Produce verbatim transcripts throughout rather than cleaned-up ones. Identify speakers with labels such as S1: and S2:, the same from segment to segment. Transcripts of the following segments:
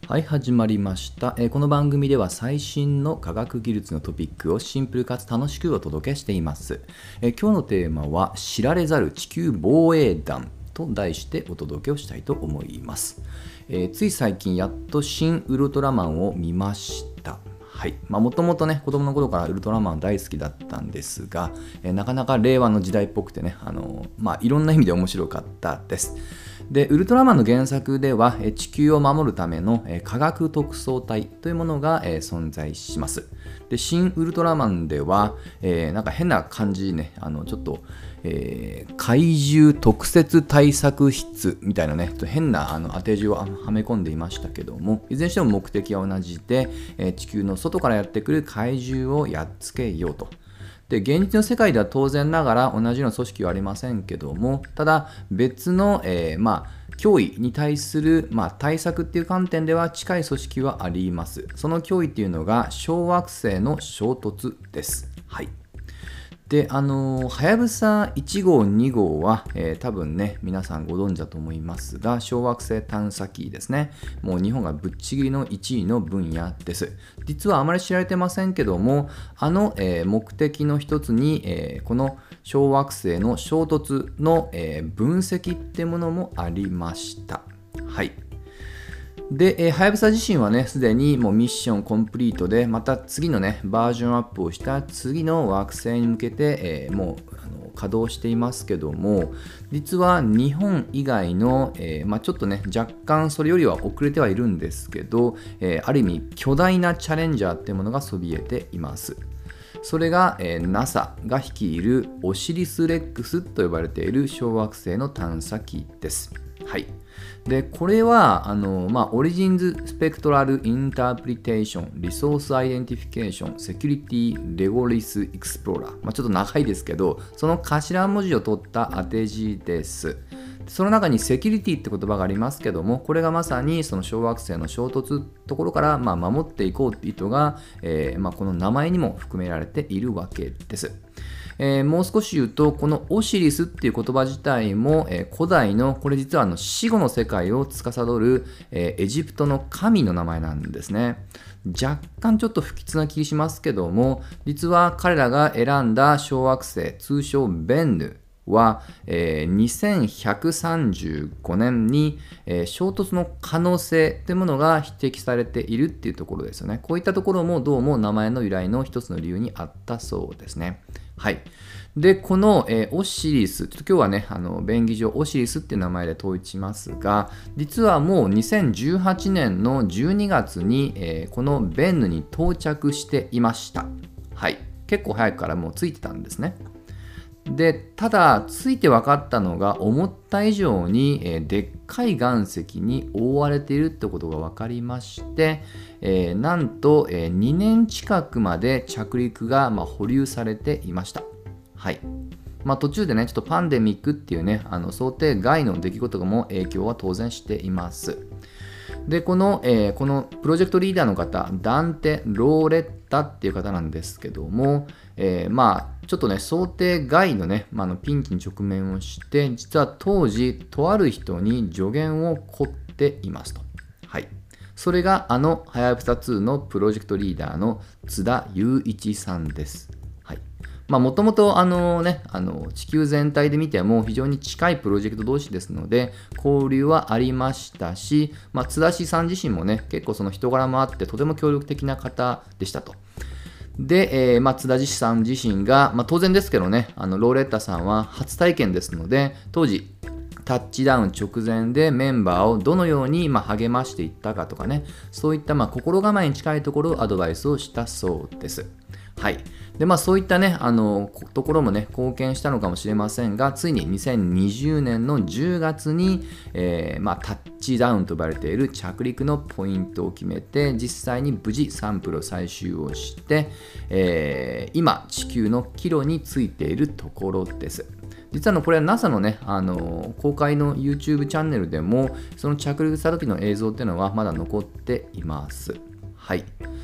S1: はい、始まりました、えーこの番組では最新の科学技術のトピックをシンプルかつ楽しくお届けしています。えー今日のテーマは知られざる地球防衛団と題してお届けをしたいと思います。えーつい最近やっと新ウルトラマンを見ました。はい、もともとね子供の頃からウルトラマン大好きだったんですが、えーなかなか令和の時代っぽくてね、あのーまあ、いろんな意味で面白かったです。でウルトラマンの原作ではえー地球を守るためのえー科学特捜隊というものがえー存在します。で新ウルトラマンでは、えーなんか変な感じね、あのちょっと、えー怪獣特設対策室みたいなね、ちょっと変なあの当て字をはめ込んでいましたけども、いずれにしても目的は同じで、えー地球の外からやってくる怪獣をやっつけようと。で現実の世界では当然ながら同じような組織はありませんけども、ただ別の、えーまあ、脅威に対する、まあ、対策っていう観点では近い組織はあります。その脅威っていうのが小惑星の衝突です。はい。で、あのはやぶさいち号、に号は、えー多分ね、皆さんご存知だと思いますが、小惑星探査機ですね。もう日本がぶっちぎりのいちいの分野です。実はあまり知られてませんけども、あの、えー目的の一つに、えーこの小惑星の衝突の、えー分析ってものもありました。はい。で、えーはやぶさ自身はね、すでにもうミッションコンプリートで、また次のね、バージョンアップをした次の惑星に向けて、えーもうあの稼働していますけども、実は日本以外の、えーまあ、ちょっとね、若干それよりは遅れてはいるんですけど、えーある意味巨大なチャレンジャーっていうものがそびえています。それが、えー ナサ が率いるオシリス・レックスと呼ばれている小惑星の探査機です。はい。で、これは、あの、まあ、オリジンズ・スペクトラル・インタープリテーション、リソース・アイデンティフィケーション、セキュリティ・レゴリス・エクスプローラー。まあ、ちょっと長いですけど、その頭文字を取った当て字です。その中にセキュリティって言葉がありますけども、これがまさにその小惑星の衝突ところからまあ守っていこうっていう意図が、えーまあ、この名前にも含められているわけです。えーもう少し言うと、このオシリスっていう言葉自体も、えー古代の、これ実はあの死後の世界を司る、えーエジプトの神の名前なんですね。若干ちょっと不吉な気しますけども、実は彼らが選んだ小惑星、通称ベンヌは、えーにせんひゃくさんじゅうごねんに、えー衝突の可能性というものが指摘されているっていうところですよね。こういったところもどうも名前の由来の一つの理由にあったそうですね。はい。で、この、えーオシリス、ちょっと今日はね、あの便宜上オシリスっていう名前で統一しますが、実はもうにせんじゅうはちねんのじゅうにがつに、えーこのベンヌに到着していました。はい。結構早くからもうついてたんですね。で、ただ、ついて分かったのが、思った以上に、えーでっかい岩石に覆われているってことが分かりまして、えーなんと、えーにねん近くまで着陸が、まあ、保留されていました。はい。まあ、途中でね、ちょっとパンデミックっていうね、あの想定外の出来事も影響は当然しています。で、この、えーこのプロジェクトリーダーの方、ダンテ・ローレッタっていう方なんですけども、えーまあ、ちょっとね、想定外のね、まあ、あのピンチに直面をして、実は当時、とある人に助言を請っていますと。はい。それが、あの、はやぶさツーのプロジェクトリーダーの津田雄一さんです。はい。まあ、もともと、あのね、あの、地球全体で見ても非常に近いプロジェクト同士ですので、交流はありましたし、まあ、津田氏さん自身もね、結構その人柄もあって、とても協力的な方でしたと。で、えーまあ、津田さん自身が、まあ、当然ですけどね、あのローレッタさんは初体験ですので、当時、タッチダウン直前でメンバーをどのようにまあ励ましていったかとかね、そういったまあ心構えに近いところをアドバイスをしたそうです。はい。で、まあそういったね、あの、ところもね、貢献したのかもしれませんが、ついににせんにじゅうねんのじゅうがつに、えーまあ、タッチダウンと呼ばれている着陸のポイントを決めて、実際に無事サンプルを採集をして、えー今、地球の岐路についているところです。実はのこれは ナサ のね、あの公開の YouTube チャンネルでも、その着陸した時の映像っていうのはまだ残っています。はい。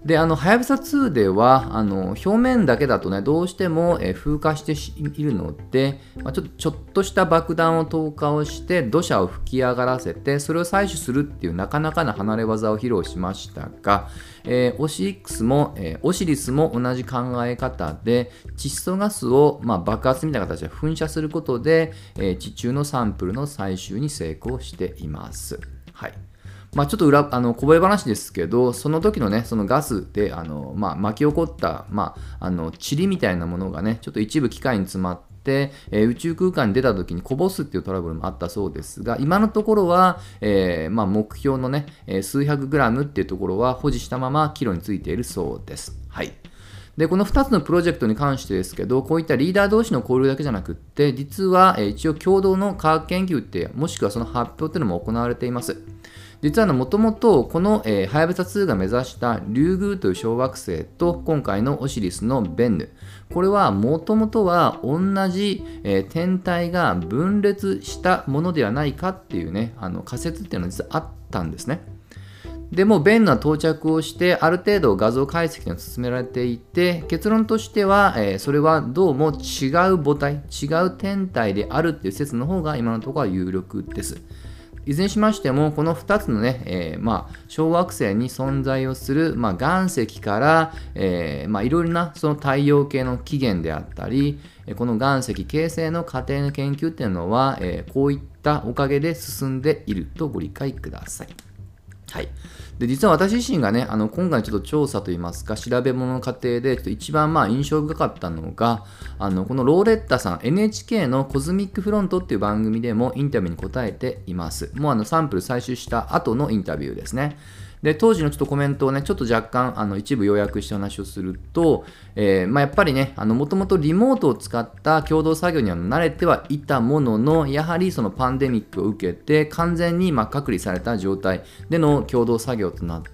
S1: で、あの、はやぶさツーでは、あの、表面だけだとね、どうしても、えー風化しているので、まあ、ちょっと、ちょっとした爆弾を投下をして、土砂を吹き上がらせて、それを採取するっていうなかなかな離れ技を披露しましたが、えーオシリックスも、えーオシリスも同じ考え方で、窒素ガスを、まあ、爆発みたいな形で噴射することで、えー地中のサンプルの採集に成功しています。はい。まあ、ちょっと裏あの小声話ですけど、その時のね、そのガスであの、まあ、巻き起こった、まあ、あの塵みたいなものがね、ちょっと一部機械に詰まって、えー宇宙空間に出た時にこぼすっていうトラブルもあったそうですが、今のところは、えーまあ、目標のね、えー数百グラムっていうところは保持したままキロについているそうです。はい。で、このふたつのプロジェクトに関してですけど、こういったリーダー同士の交流だけじゃなくって、実は、えー一応共同の科学研究って、もしくはその発表っていうのも行われています。実はもともとこのはやぶさツーが目指したリュウグウという小惑星と今回のオシリスのベンヌ、これはもともとは同じ、えー天体が分裂したものではないかっていうね、あの仮説っていうのは実はあったんですね。でもベンヌは到着をしてある程度画像解析が進められていて、結論としては、えーそれはどうも違う母体、違う天体であるっていう説の方が今のところは有力です。いずれにしましても、このふたつのね、えーまあ、小惑星に存在をする、まあ、岩石から、えーまあ、いろいろなその太陽系の起源であったり、この岩石形成の過程の研究っていうのは、えーこういったおかげで進んでいるとご理解ください。はい。で、実は私自身がね、あの今回ちょっと調査といいますか、調べ物の過程でちょっと一番まあ印象深かったのが、あのこのローレッタさん、エヌエイチケー のコズミックフロントっていう番組でもインタビューに答えています。もうあのサンプル採取した後のインタビューですね。で、当時のちょっとコメントをね、ちょっと若干あの一部要約してお話をすると、えーまあ、やっぱりね、もともとリモートを使った共同作業には慣れてはいたものの、やはりそのパンデミックを受けて、完全にまあ隔離された状態での共同作業となって、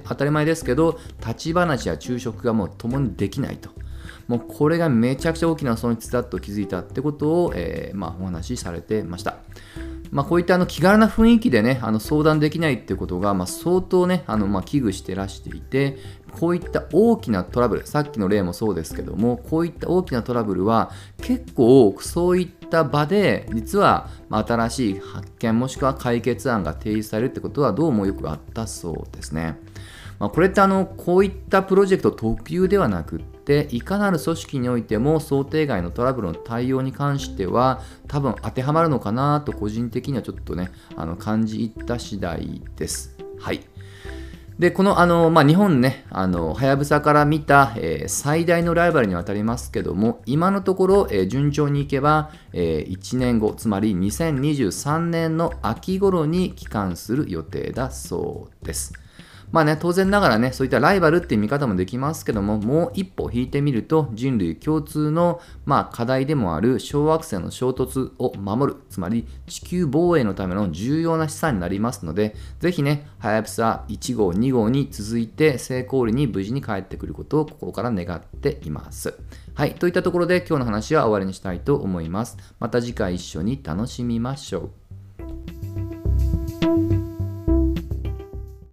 S1: 当たり前ですけど、立ち話や昼食がもう共にできないと。もうこれがめちゃくちゃ大きな損失だと気づいたってことを、えーまあ、お話しされてました。まあ、こういったあの気軽な雰囲気でね、あの相談できないっていうことが、まあ、相当ね、あのまあ危惧してらしていて、こういった大きなトラブル、さっきの例もそうですけども、こういった大きなトラブルは結構そういった場で、実はまあ新しい発見もしくは解決案が提示されるってことはどうもよくあったそうですね。まあ、これってあのこういったプロジェクト特有ではなくって、いかなる組織においても想定外のトラブルの対応に関しては多分当てはまるのかなと個人的にはちょっとね、あの感じ入った次第です。はい。で、この、あの、まあ、日本ね、あの、はやぶさから見た、えー最大のライバルにあたりますけども、今のところ、えー順調にいけば、えーいちねんご、つまりにせんにじゅうさんねんの秋頃に帰還する予定だそうです。まあね、当然ながらね、そういったライバルっていう見方もできますけども、もう一歩引いてみると、人類共通の、まあ、課題でもある小惑星の衝突を守る、つまり地球防衛のための重要な資産になりますので、ぜひね、はやぶさいち号、に号に続いて成功裏に無事に帰ってくることを心から願っています。はい、といったところで今日の話は終わりにしたいと思います。また次回一緒に楽しみましょう。